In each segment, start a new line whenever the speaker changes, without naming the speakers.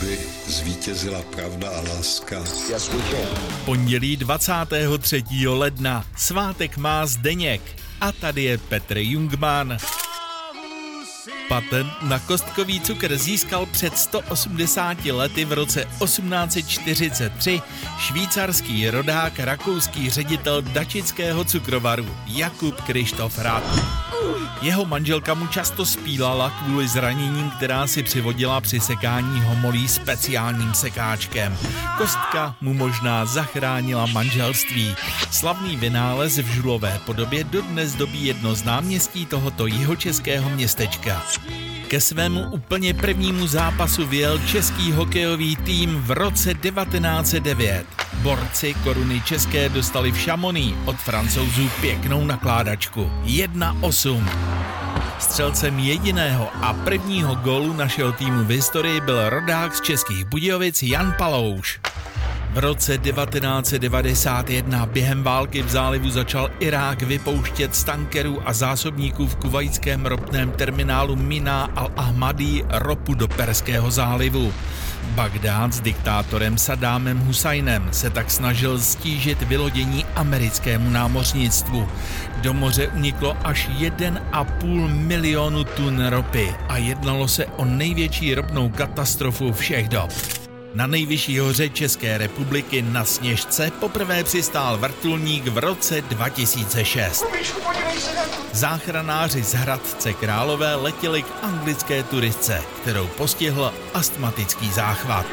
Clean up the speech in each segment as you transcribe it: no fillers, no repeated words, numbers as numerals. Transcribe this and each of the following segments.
aby zvítězila pravda a láska.
Pondělí 23. ledna. Svátek má Zdeněk. A tady je Petr Jungmann. Patent na kostkový cukr získal před 180 lety v roce 1843 švýcarský rodák, rakouský ředitel dačického cukrovaru Jakub Krištof Rath. Jeho manželka mu často spílala kvůli zraněním, která si přivodila při sekání homolí speciálním sekáčkem. Kostka mu možná zachránila manželství. Slavný vynález v žulové podobě dodnes dobí jedno z náměstí tohoto jihočeského městečka. Ke svému úplně prvnímu zápasu vyjel český hokejový tým v roce 1909. Borci koruny české dostali v Chamonix od Francouzů pěknou nakládačku 1:8. Střelcem jediného a prvního gólu našeho týmu v historii byl rodák z Českých Budějovic Jan Palouš. V roce 1991 během války v zálivu začal Irák vypouštět z tankerů a zásobníků v kuvajském ropném terminálu Mina al-Ahmadi ropu do Perského zálivu. Bagdád s diktátorem Saddámem Husajnem se tak snažil ztížit vylodění americkému námořnictvu. Do moře uniklo až 1,5 milionu tun ropy a jednalo se o největší ropnou katastrofu všech dob. Na nejvyšší hoře České republiky na Sněžce poprvé přistál vrtulník v roce 2006. Záchranáři z Hradce Králové letěli k anglické turistce, kterou postihl astmatický záchvat.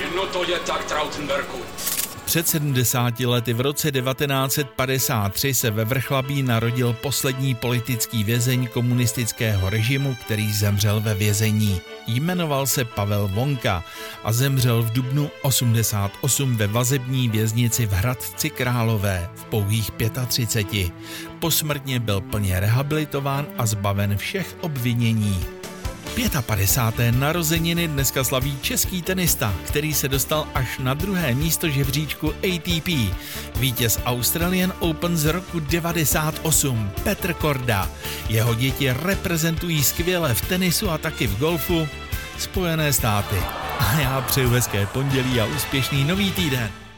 Před 70 lety v roce 1953 se ve Vrchlabí narodil poslední politický vězeň komunistického režimu, který zemřel ve vězení. Jmenoval se Pavel Vonka a zemřel v dubnu 88 ve vazební věznici v Hradci Králové v pouhých 35. Posmrtně byl plně rehabilitován a zbaven všech obvinění. 55. narozeniny dneska slaví český tenista, který se dostal až na druhé místo žebříčku ATP. Vítěz Australian Open z roku 98, Petr Korda. Jeho děti reprezentují skvěle v tenisu a taky v golfu Spojené státy. A já přeju hezké pondělí a úspěšný nový týden.